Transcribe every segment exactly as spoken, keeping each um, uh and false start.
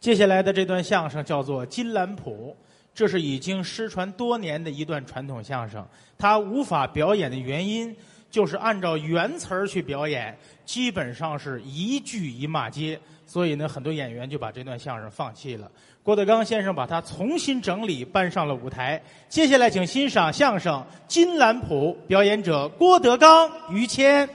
接下来的这段相声叫做《金兰谱》，这是已经失传多年的一段传统相声。它无法表演的原因，就是按照原词儿去表演，基本上是一句一骂街，所以呢，很多演员就把这段相声放弃了。郭德纲先生把它重新整理，搬上了舞台。接下来，请欣赏相声《金兰谱》，表演者郭德纲、于谦。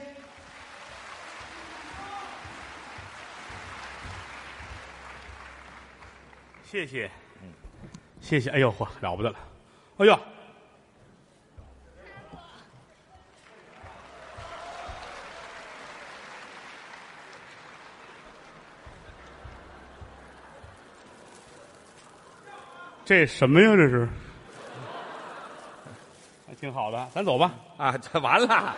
谢谢，嗯，谢谢。哎呦嚯，了不得了！哎呦，这什么呀？这是，还挺好的，咱走吧。 啊，这完了。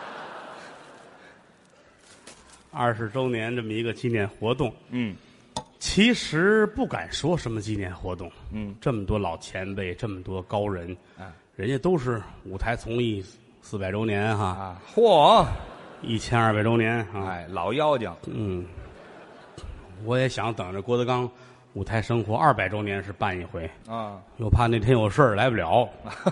二十周年这么一个纪念活动， 嗯。 其实不敢说什么纪念活动， 嗯， 这么多老前辈，这么多高人， 啊， 人家都是舞台从艺四百周年哈， 啊，嚯， 一千二百周年啊， 哎，老妖精， 嗯，我也想等着郭德纲舞台生活二百周年是办一回啊， 又怕那天有事儿来不了，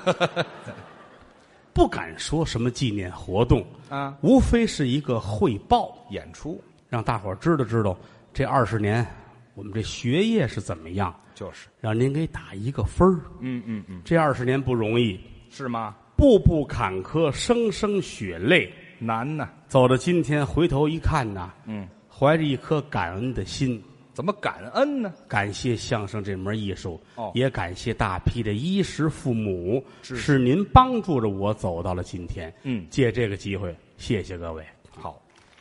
不敢说什么纪念活动啊， 无非是一个汇报演出， 让大伙儿知道知道这二十年。我们这学业是怎么样？ 就是让您给打一个分儿。 嗯嗯嗯， 这二十年不容易， 是吗？ 步步坎坷，声声血泪， 难呐。 走到今天，回头一看呐， 嗯， 怀着一颗感恩的心。 怎么感恩呢？ 感谢相声这门艺术， 哦， 也感谢大批的衣食父母， 是是您帮助着我走到了今天。 嗯， 借这个机会，谢谢各位。 好。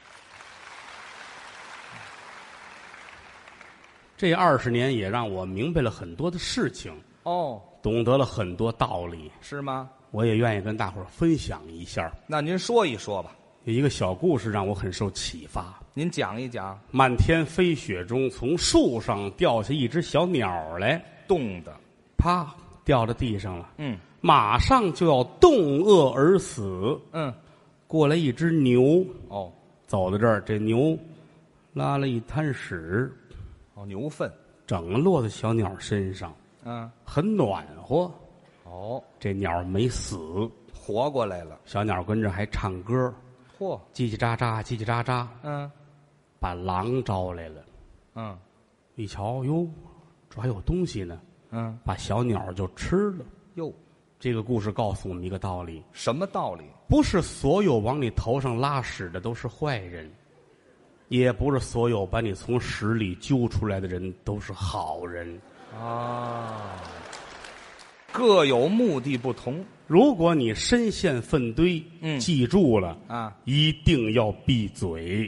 这二十年也让我明白了很多的事情， 哦， 懂得了很多道理， 是吗？ 我也愿意跟大伙儿分享一下。 那您说一说吧。 有一个小故事让我很受启发。 您讲一讲。 漫天飞雪中，从树上掉下一只小鸟来， 冻的， 啪掉到地上了。 嗯， 马上就要冻饿而死。 嗯， 过来一只牛， 哦， 走到这儿，这牛拉了一滩屎。 哦，牛粪， 整个落在小鸟身上， 嗯， 很暖和。 哦， 这鸟没死， 活过来了。 小鸟跟着还唱歌， 嚯， 叽叽喳喳，叽叽喳喳， 嗯， 把狼招来了。 嗯， 一瞧，哟，这还有东西呢， 嗯， 把小鸟就吃了。 哟， 这个故事告诉我们一个道理： 什么道理？ 不是所有往你头上拉屎的都是坏人。也不是所有把你从屎里揪出来的人都是好人啊，各有目的不同。 如果你深陷粪堆， 嗯， 记住了啊， 一定要闭嘴。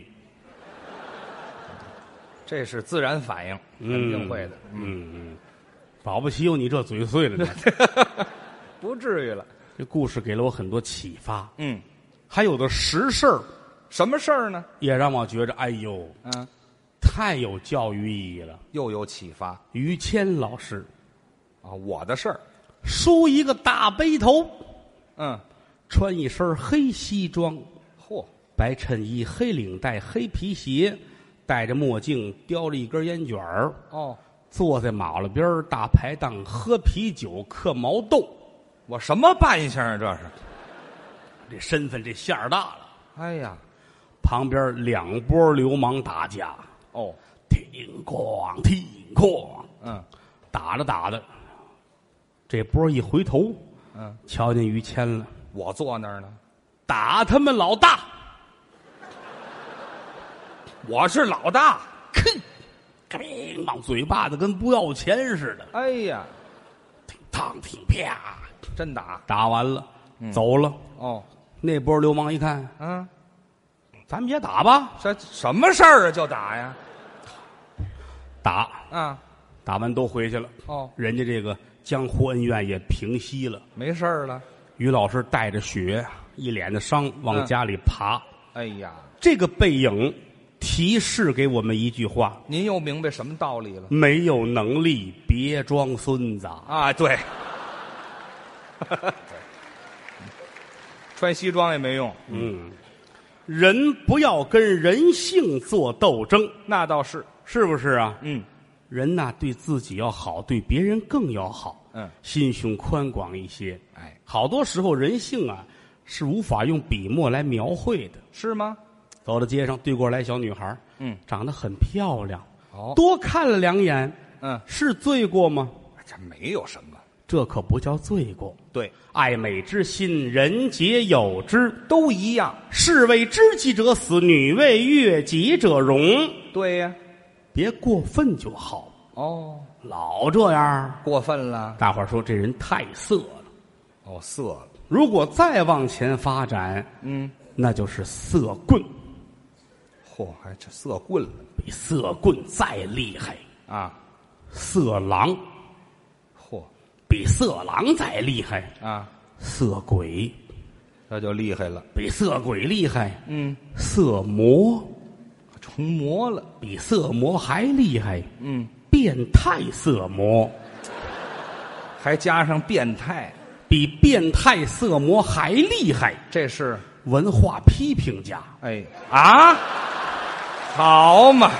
这是自然反应，肯定会的。 嗯嗯，保不齐有你这嘴碎了呢。 不至于了。 这故事给了我很多启发。 嗯， 还有的实事儿。 什么事儿呢？ 也让我觉着，哎呦， 嗯， 太有教育意义了， 又有启发。 于谦老师， 啊，我的事儿， 梳一个大背头， 嗯， 穿一身黑西装， 嚯， 白衬衣、黑领带、黑皮鞋，戴着墨镜，叼着一根烟卷儿， 哦， 坐在马路边大排档喝啤酒、嗑毛豆。 我什么扮相啊？这是， 这身份这馅儿大了。 哎呀！ 旁边两拨流氓打架， 哦， 挺哐挺哐， 嗯， 打着打着，这波一回头， 嗯， 瞧见于谦了， 我坐那儿呢， 打他们老大， 我是老大， 哼，往嘴巴子跟不要钱似的， 哎呀， 挺烫挺啪， 真打， 打完了，嗯、走了， 哦， 那波流氓一看， 嗯。 咱们也打吧， 这什么事儿啊？就打呀， 打啊， 打完都回去了。 哦， 人家这个江湖恩怨也平息了， 没事儿了。 于老师带着血，一脸的伤往家里爬。 嗯、哎呀， 这个背影提示给我们一句话： 您又明白什么道理了？ 没有能力别装孙子啊！对，穿西装也没用。 嗯。人不要跟人性做斗争， 那倒是， 是不是啊？ 嗯， 人呐，对自己要好，对别人更要好。 嗯， 心胸宽广一些。 哎， 好多时候人性啊是无法用笔墨来描绘的。 是吗？ 走到街上，对过来小女孩， 嗯， 长得很漂亮， 哦， 多看了两眼， 嗯， 是罪过吗？ 这没有什么。 这可不叫罪过。 对， 爱美之心，人皆有之， 都一样。 士为知己者死，女为悦己者容。 对呀。 别过分就好。 哦， 老这样过分了。 大伙儿说这人太色了。 哦，色了。 如果再往前发展， 嗯， 那就是色棍。 嚯，还这色棍了。 比色棍再厉害啊！ 色狼。 嚯， 比色狼再厉害啊！ 色鬼。 这就厉害了。 比色鬼厉害。 嗯， 色魔。 成魔了。 比色魔还厉害。 嗯， 变态色魔。 还加上变态。 比变态色魔还厉害。 这是文化批评家。 哎啊，好嘛，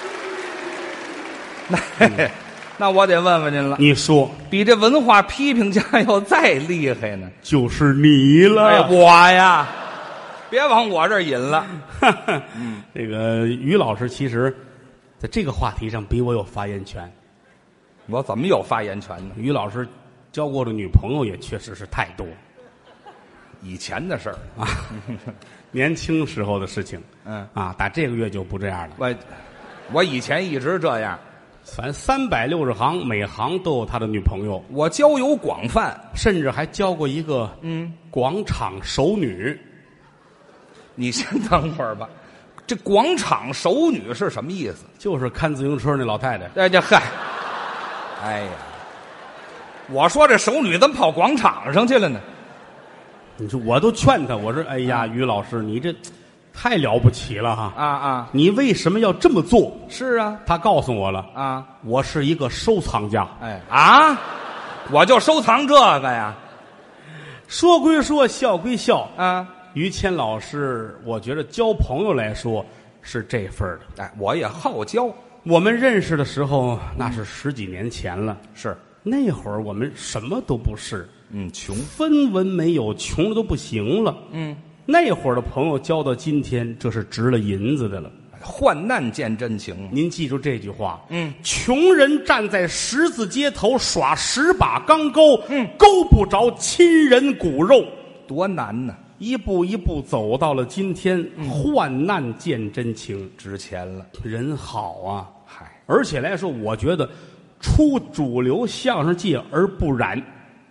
那、嗯、那我得问问您了。 你说， 比这文化批评家要再厉害呢？ 就是你了。 哎，我呀，别往我这儿引了。 嗯，这个于老师其实在这个话题上比我有发言权。 我怎么有发言权呢？ 于老师交过的女朋友也确实是太多。 以前的事儿啊，年轻时候的事情。 嗯啊，打这个月就不这样了。 我我以前一直这样， 反三百六十行，每行都有他的女朋友。 我交友广泛， 甚至还交过一个嗯广场熟女。 你先等会儿吧，这广场熟女是什么意思？ 就是看自行车那老太太。 哎，这嗨，哎呀，我说这熟女怎么跑广场上去了呢？ 你说我都劝他，我说哎呀，于老师你这太了不起了哈！ 啊啊， 你为什么要这么做？ 是啊， 他告诉我了啊， 我是一个收藏家。 哎啊，我就收藏这个呀。 说归说，笑归笑啊。 于谦老师，我觉得交朋友来说是这份儿的。 哎，我也好交。 我们认识的时候，那是十几年前了。 是那会儿我们什么都不是。 嗯，穷， 分文没有，穷的都不行了。 嗯， 那会儿的朋友交到今天，这是值了银子的了。 患难见真情。 您记住这句话。 嗯， 穷人站在十字街头耍十把钢钩， 嗯， 勾不着亲人骨肉， 多难呢！ 一步一步走到了今天，嗯、患难见真情， 值钱了。 人好啊， 嗨！ 而且来说，我觉得出主流相声界而不染。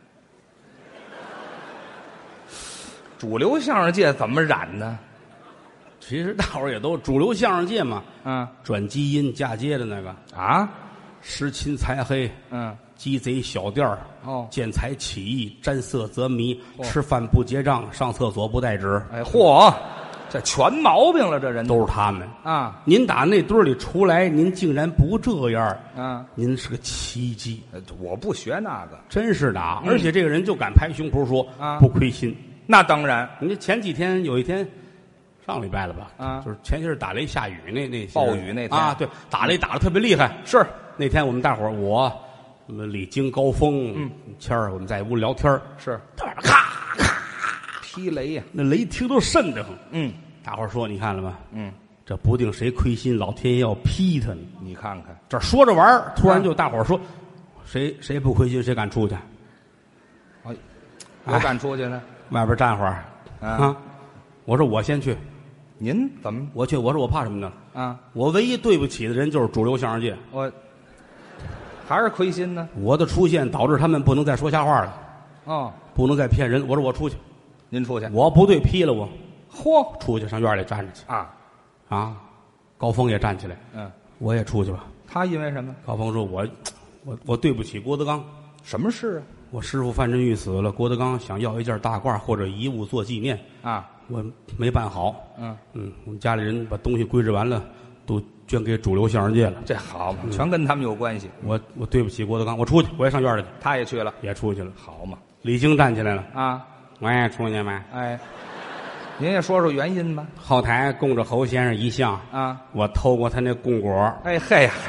主流相声界怎么染呢？ 其实大伙儿也都主流相声界嘛， 嗯， 转基因嫁接的那个啊， 识勤财黑， 嗯， 鸡贼小店儿， 哦， 见财起意，沾色则迷， 哦、 吃饭不结账，上厕所不带纸。 哎，嚯，这全毛病了，这人都是他们啊！ 您打那堆里出来，您竟然不这样， 啊， 您是个奇迹。 我不学那个， 真是的啊！ 嗯、 而且这个人就敢拍胸脯说啊， 不亏心。 那当然， 你前几天有一天，上礼拜了吧？ 啊， 就是前些日打雷下雨那那暴雨那天啊，对，打雷打得特别厉害。 是那天我们大伙儿，我、我们李菁、高峰、 嗯， 谦儿，我们在屋里聊天儿是， 咔咔劈雷呀， 那雷听都瘆得慌。 嗯， 大伙儿说，你看了吗？ 嗯， 这不定谁亏心，老天爷要劈他呢。 你看看， 这说着玩儿，突然就大伙儿说，谁谁不亏心，谁敢出去？ 哎，我敢出去呢。 外边站会儿。啊！我说我先去， 您怎么？ 我去，我说我怕什么呢？ 啊！ 我唯一对不起的人就是主流相声界， 我还是亏心呢。 我的出现导致他们不能再说瞎话了， 哦， 不能再骗人。我说我出去， 您出去， 我不对批了我， 嚯， 出去上院里站着去啊啊！高峰也站起来， 嗯， 我也出去吧。 他因为什么？ 高峰说我我我对不起郭德纲， 什么事啊？ 我师傅范振钰死了，郭德纲想要一件大褂或者遗物做纪念啊， 我没办好。 嗯嗯，我们家里人把东西归置完了，都捐给主流相声界了。 这好嘛，全跟他们有关系。 我我对不起郭德纲，我出去，我也上院里去。 他也去了， 也出去了。 好嘛， 李菁站起来了啊， 我也出去吗？ 哎，您也说说原因吧。 后台供着侯先生一像啊， 我偷过他那供果。 哎嘿，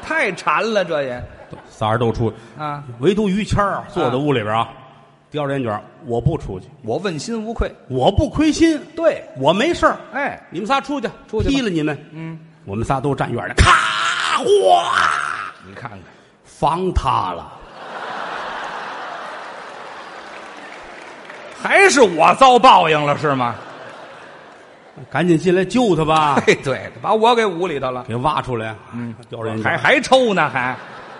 太馋了，这也仨人都出去啊， 唯独于谦儿坐在屋里边啊，叼着烟卷，我不出去， 我问心无愧， 我不亏心， 对我没事儿。 哎， 你们仨出去， 出去吧踢了你们。 嗯， 我们仨都站远的，咔，哗， 你看看， 房塌了。 还是我遭报应了是吗？ 赶紧进来救他吧！ 哎，对，把我给捂里头了， 给挖出来。 嗯， 叼着烟还还抽呢，还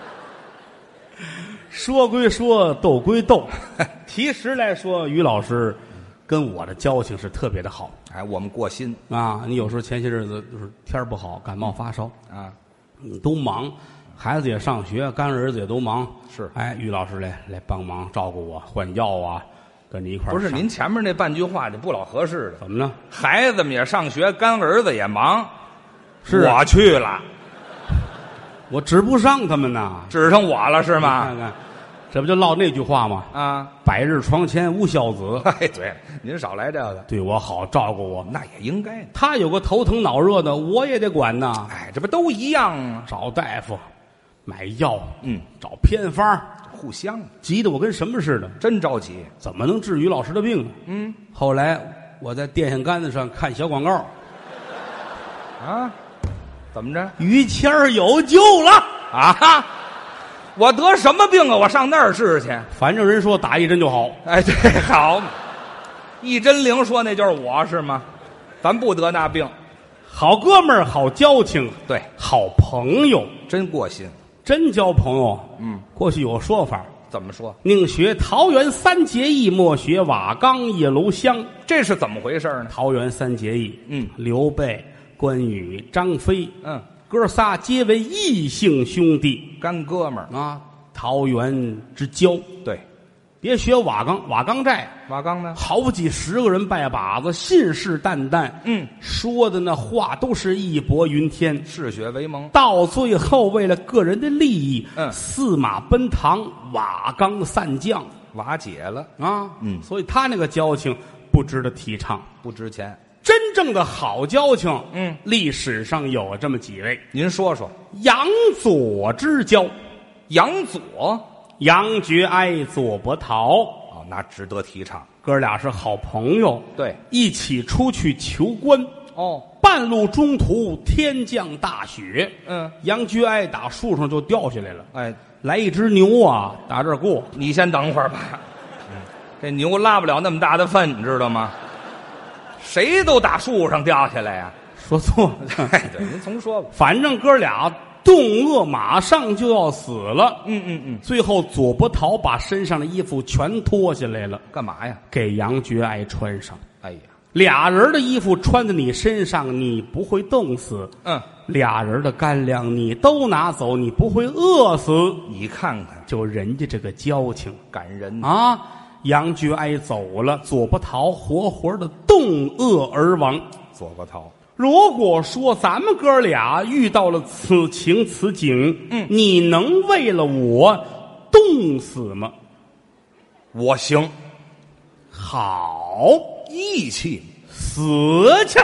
说归说，斗归斗。其实来说，于老师跟我的交情是特别的好哎，我们过心啊。你有时候前些日子就是天儿不好，感冒发烧， 啊， 嗯，都忙，孩子也上学，干儿子也都忙。 是， 哎，于老师来来帮忙照顾我，换药啊，跟你一块儿上不是您前面那半句话就不老合适的。 怎么呢？ 孩子们也上学，干儿子也忙， 是啊我去了， 我指不上他们呐， 指上我了是你吗？ 看看，这不就落那句话吗？ 啊， 百日床前无孝子， 哎，对，您少来这个， 对我好，照顾我。 那也应该的。 他有个头疼脑热的，我也得管呐， 哎，这不都一样啊？ 找大夫，买药， 嗯， 找偏方， 互相急得我跟什么似的， 真着急。 怎么能治于老师的病呢？ 嗯后来我在电线杆子上看小广告， 啊，怎么着于谦儿有救了。 啊？我得什么病啊？我上那儿治去。 反正人说打一针就好， 哎，对，好嘛，一针灵说那就是我是吗？咱不得那病， 好哥们儿，好交情， 对， 好朋友， 真过心。 真交朋友。 嗯， 过去有说法， 怎么说？ 宁学桃园三结义，莫学瓦岗一炉香。 这是怎么回事呢？ 桃园三结义， 嗯， 刘备、关羽、张飞， 嗯， 哥仨皆为异姓兄弟干哥们儿。 啊，桃园之交。 对， 别学瓦岗，瓦岗寨瓦岗呢？ 好几十个人拜把子，信誓旦旦， 嗯， 说的那话都是义薄云天。 嗜血为盟。 到最后，为了个人的利益， 嗯驷马奔唐，瓦岗散将瓦解了， 啊， 嗯所以他那个交情不值得提倡。 不值钱。 真正的好交情， 嗯， 历史上有这么几位： 您说说， 杨左之交， 杨左杨觉哀、左伯桃， 哦，那值得提倡。 哥俩是好朋友， 对， 一起出去求官。 哦， 半路中途天降大雪， 嗯， 杨觉哀打树上就掉下来了。 哎， 来一只牛啊，打这儿过， 你先等会儿吧。嗯，这牛拉不了那么大的粪，你知道吗？谁都打树上掉下来呀、 说错了。 哎，对，您重说吧。 反正哥俩冻饿，马上就要死了。 嗯嗯嗯， 最后左伯桃把身上的衣服全脱下来了， 干嘛呀？ 给杨觉哀穿上。 哎呀， 俩人的衣服穿在你身上，你不会冻死； 嗯， 俩人的干粮你都拿走，你不会饿死。 你看看， 就人家这个交情感人啊！杨觉哀走了，左伯桃活活的冻饿而亡。 左伯桃， 如果说咱们哥俩遇到了此情此景， 嗯你能为了我冻死吗？ 我行， 好， 义气。 死去。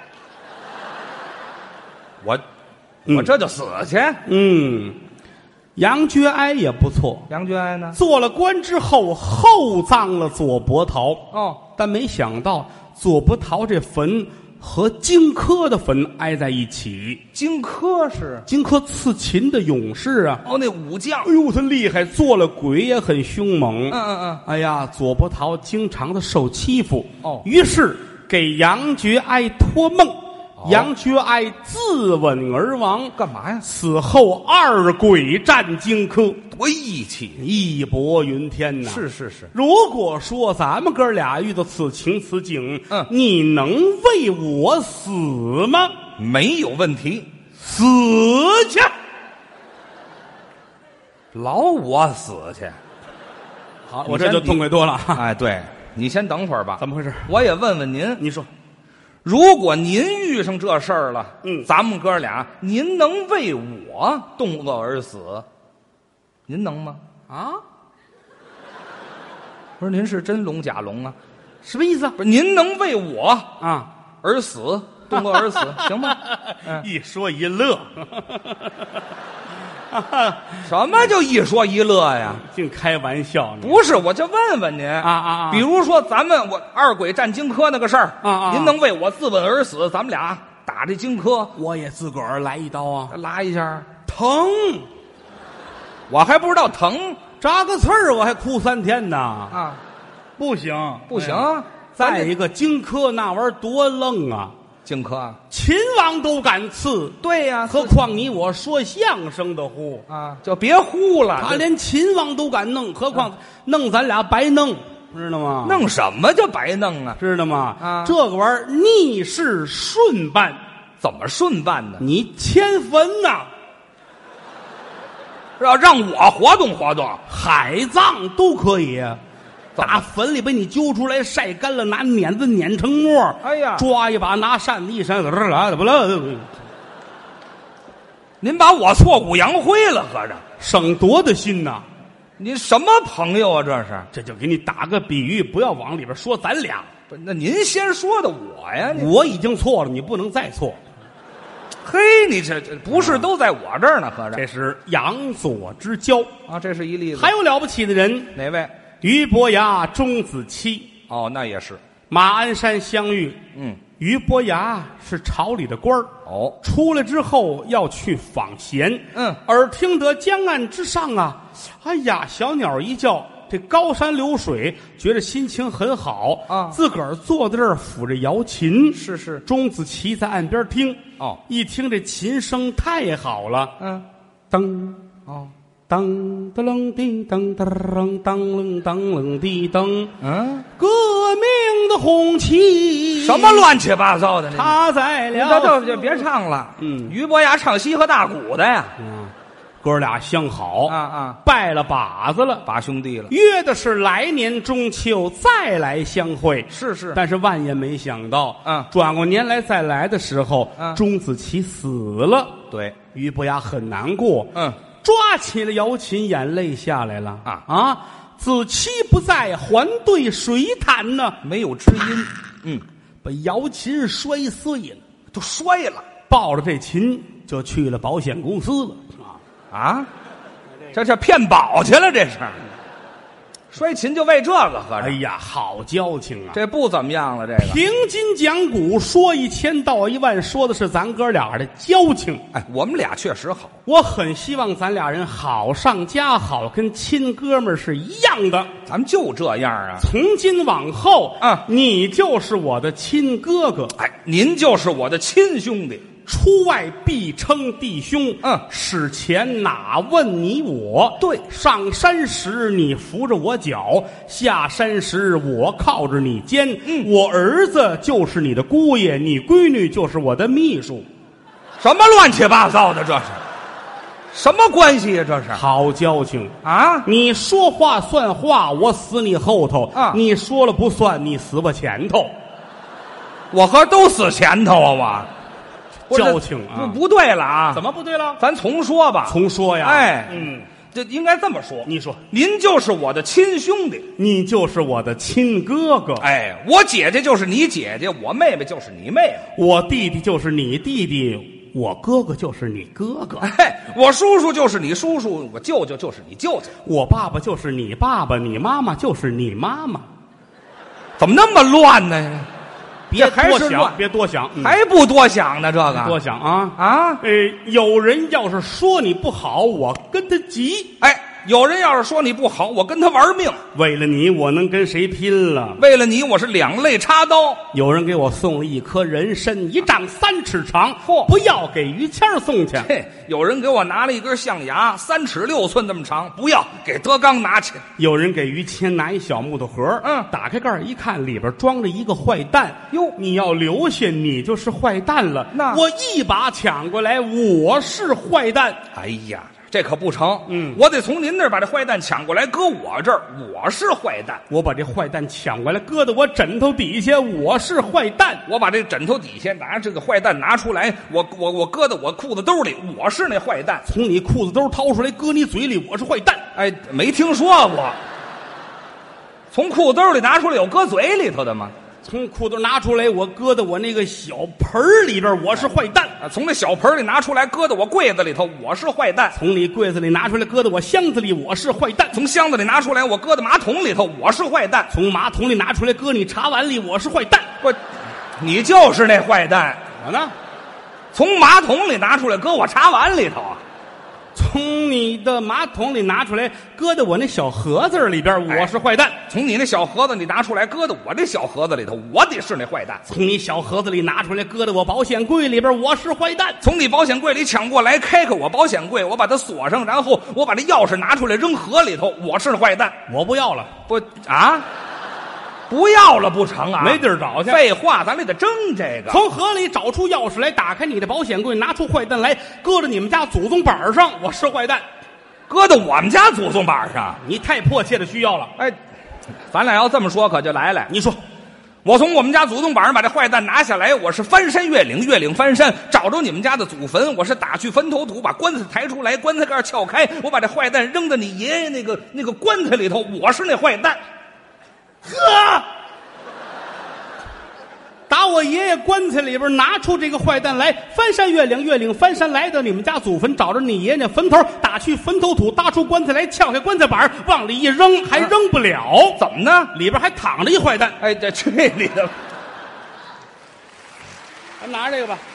我， 嗯我这就死去。 嗯，杨觉哀也不错， 杨觉哀呢？ 做了官之后厚葬了左伯桃。 哦， 但没想到左伯桃这坟和荆轲的坟挨在一起。 荆轲是荆轲刺秦的勇士啊， 哦，那武将。 哎呦，他厉害，做了鬼也很凶猛。 嗯嗯嗯， 哎呀，左伯桃经常的受欺负。 哦于是给杨觉哀托梦，杨觉哀自刎而亡。 干嘛呀？ 死后二鬼战荆轲， 多义气！ 义薄云天呐！ 是是是， 如果说咱们哥俩遇到此情此景， 嗯你能为我死吗？ 没有问题。 死去！ 老我死去。 好， 你先我这就痛快多了。 哎，对，你先等会儿吧。 怎么回事？ 我也问问您， 你说， 如果您遇上这事儿了， 嗯咱们哥俩，您能为我冻饿而死？您能吗？ 啊， 不是，您是真聋假聋啊？ 什么意思啊？ 不是，您能为我啊， 而死，冻饿而死，行吗？嗯， 一说一乐。 什么就一说一乐呀？ 净开玩笑。 不是，我就问问您啊啊啊！ 比如说咱们我二鬼战荆轲那个事儿啊啊， 您能为我自刎而死？咱们俩打这荆轲， 我也自个儿来一刀啊， 拉一下， 疼， 我还不知道疼扎个刺儿我还哭三天呢啊！ 不行不行， 哎、再一个荆轲那玩意儿多愣啊！ 荆轲， 秦王都敢刺， 对呀、啊， 何况你我说相声的呼啊，就别呼了。 他连秦王都敢弄，何况弄咱俩白弄，知道吗？ 弄什么叫白弄啊？ 知道吗？ 啊， 这个玩意儿逆势顺办， 怎么顺办呢？ 你迁坟呐， 要让我活动活动， 海葬都可以。打坟里把你揪出来，晒干了，拿碾子碾成沫。 哎呀， 抓一把，拿扇子一扇，怎么了？ 您把我挫骨扬灰了，合着省多大心呐！ 您什么朋友啊？这是？ 这就给你打个比喻，不要往里边说咱俩。 不，那您先说的我呀， 我已经错了，你不能再错。 嘿，你这这不是都在我这儿呢？合着这是杨左之交啊，这是一例子。 还有了不起的人， 哪位？ 俞伯牙、钟子期。 哦，那也是。 马鞍山相遇， 嗯， 俞伯牙是朝里的官儿， 哦， 出来之后要去访贤， 嗯， 耳听得江岸之上啊，哎呀，小鸟一叫，这高山流水，觉得心情很好啊， 自个儿坐在这儿抚着瑶琴， 是是。 钟子期在岸边听， 哦， 一听这琴声太好了， 嗯， 噔， 哦。 当当啷滴当当当啷当啷滴当， 嗯， 革命的红旗， 什么乱七八糟的？ 他在了， 这这就别唱了。 嗯， 俞伯牙唱西和大鼓的呀。 嗯，哥俩相好啊啊， 拜了把子了， 把兄弟了， 约的是来年中秋再来相会。 是是， 但是万也没想到， 嗯， 转过年来再来的时候， 嗯， 钟子期死了。 对， 俞伯牙很难过。 嗯。 抓起了瑶琴，眼泪下来了啊啊！子期不在，还对谁弹呢？ 没有知音，嗯， 把瑶琴摔碎了， 都摔了， 抱着这琴就去了保险公司了啊！啊，这这骗保去了，这是摔琴就为这个，合着。 哎呀，好交情啊！ 这不怎么样了，这个平金讲古，说一千道一万，说的是咱哥俩的交情。 哎，我们俩确实好， 我很希望咱俩人好上加好，跟亲哥们儿是一样的。 咱们就这样啊！ 从今往后， 啊， 你就是我的亲哥哥， 哎，您就是我的亲兄弟。 出外必称弟兄， 嗯， 史前哪问你我？ 对， 上山时你扶着我脚，下山时我靠着你肩。 嗯， 我儿子就是你的姑爷，你闺女就是我的秘书。 什么乱七八糟的？这是什么关系呀？这是好交情啊！ 你说话算话，我死你后头啊！ 你说了不算，你死我前头。 我和都死前头啊！我交情啊！ 不不对了啊！ 怎么不对了？ 咱重说吧。 重说呀！ 哎， 嗯， 这应该这么说。 你说， 您就是我的亲兄弟， 你就是我的亲哥哥。 哎，我姐姐就是你姐姐，我妹妹就是你妹妹， 我弟弟就是你弟弟，我哥哥就是你哥哥。 哎，我叔叔就是你叔叔，我舅舅就是你舅舅， 我爸爸就是你爸爸，你妈妈就是你妈妈。 怎么那么乱呢？ 别还多想， 是乱别多想，嗯、 还不多想呢？这个多想啊啊！ 呃，有人要是说你不好，我跟他急。 哎，有人要是说你不好，我跟他玩命。 为了你，我能跟谁拼了？ 为了你，我是两肋插刀。 有人给我送了一颗人参，一丈三尺长， 嚯， 不要给于谦送去。 嘿，有人给我拿了一根象牙，三尺六寸那么长，不要给德刚拿去。 有人给于谦拿一小木头盒， 嗯， 打开盖儿一看，里边装着一个坏蛋。 哟， 你要留下，你就是坏蛋了。 那我一把抢过来，我是坏蛋。 哎呀，这可不成。 嗯， 我得从您那儿把这坏蛋抢过来，搁我这儿，我是坏蛋。 我把这坏蛋抢过来，搁到我枕头底下，我是坏蛋。 我把这枕头底下拿这个坏蛋拿出来，我我我搁到我裤子兜里，我是那坏蛋。 从你裤子兜掏出来，搁你嘴里，我是坏蛋。 哎，没听说过。从裤兜里拿出来有搁嘴里头的吗？ 从裤兜拿出来，我搁到我那个小盆儿里边，我是坏蛋。 啊，从那小盆里拿出来，搁到我柜子里头，我是坏蛋。 从你柜子里拿出来，搁到我箱子里，我是坏蛋。 从箱子里拿出来，我搁到马桶里头，我是坏蛋。 从马桶里拿出来，搁你茶碗里，我是坏蛋。 我，你就是那坏蛋。 我呢？ 从马桶里拿出来，搁我茶碗里头啊。 从你的马桶里拿出来，搁到我那小盒子里边，我是坏蛋。 从你那小盒子里拿出来，搁到我这小盒子里头，我得是那坏蛋。 从你小盒子里拿出来，搁到我保险柜里边，我是坏蛋。 从你保险柜里抢过来，开开我保险柜，我把它锁上，然后我把这钥匙拿出来扔河里头，我是坏蛋。 我不要了， 不啊，不要了不成啊？ 没地儿找去。 废话，咱们得争这个。 从河里找出钥匙来，打开你的保险柜，拿出坏蛋来，搁到你们家祖宗板上，我是坏蛋。 搁到我们家祖宗板上， 你太迫切的需要了。 哎，咱俩要这么说可就来了。 你说， 我从我们家祖宗板上把这坏蛋拿下来，我是翻山越岭，越岭翻山，找着你们家的祖坟，我是打去坟头土，把棺材抬出来，棺材盖撬开，我把这坏蛋扔到你爷爷那个那个棺材里头，我是那坏蛋。 呵，打我爷爷棺材里边拿出这个坏蛋来，翻山越岭，越岭翻山，来到你们家祖坟，找着你爷爷那坟头，打去坟头土，搭出棺材来，撬开棺材板，往里一扔，还扔不了。 怎么呢？ 里边还躺着一坏蛋。 哎，这这里头， 咱拿着这个吧。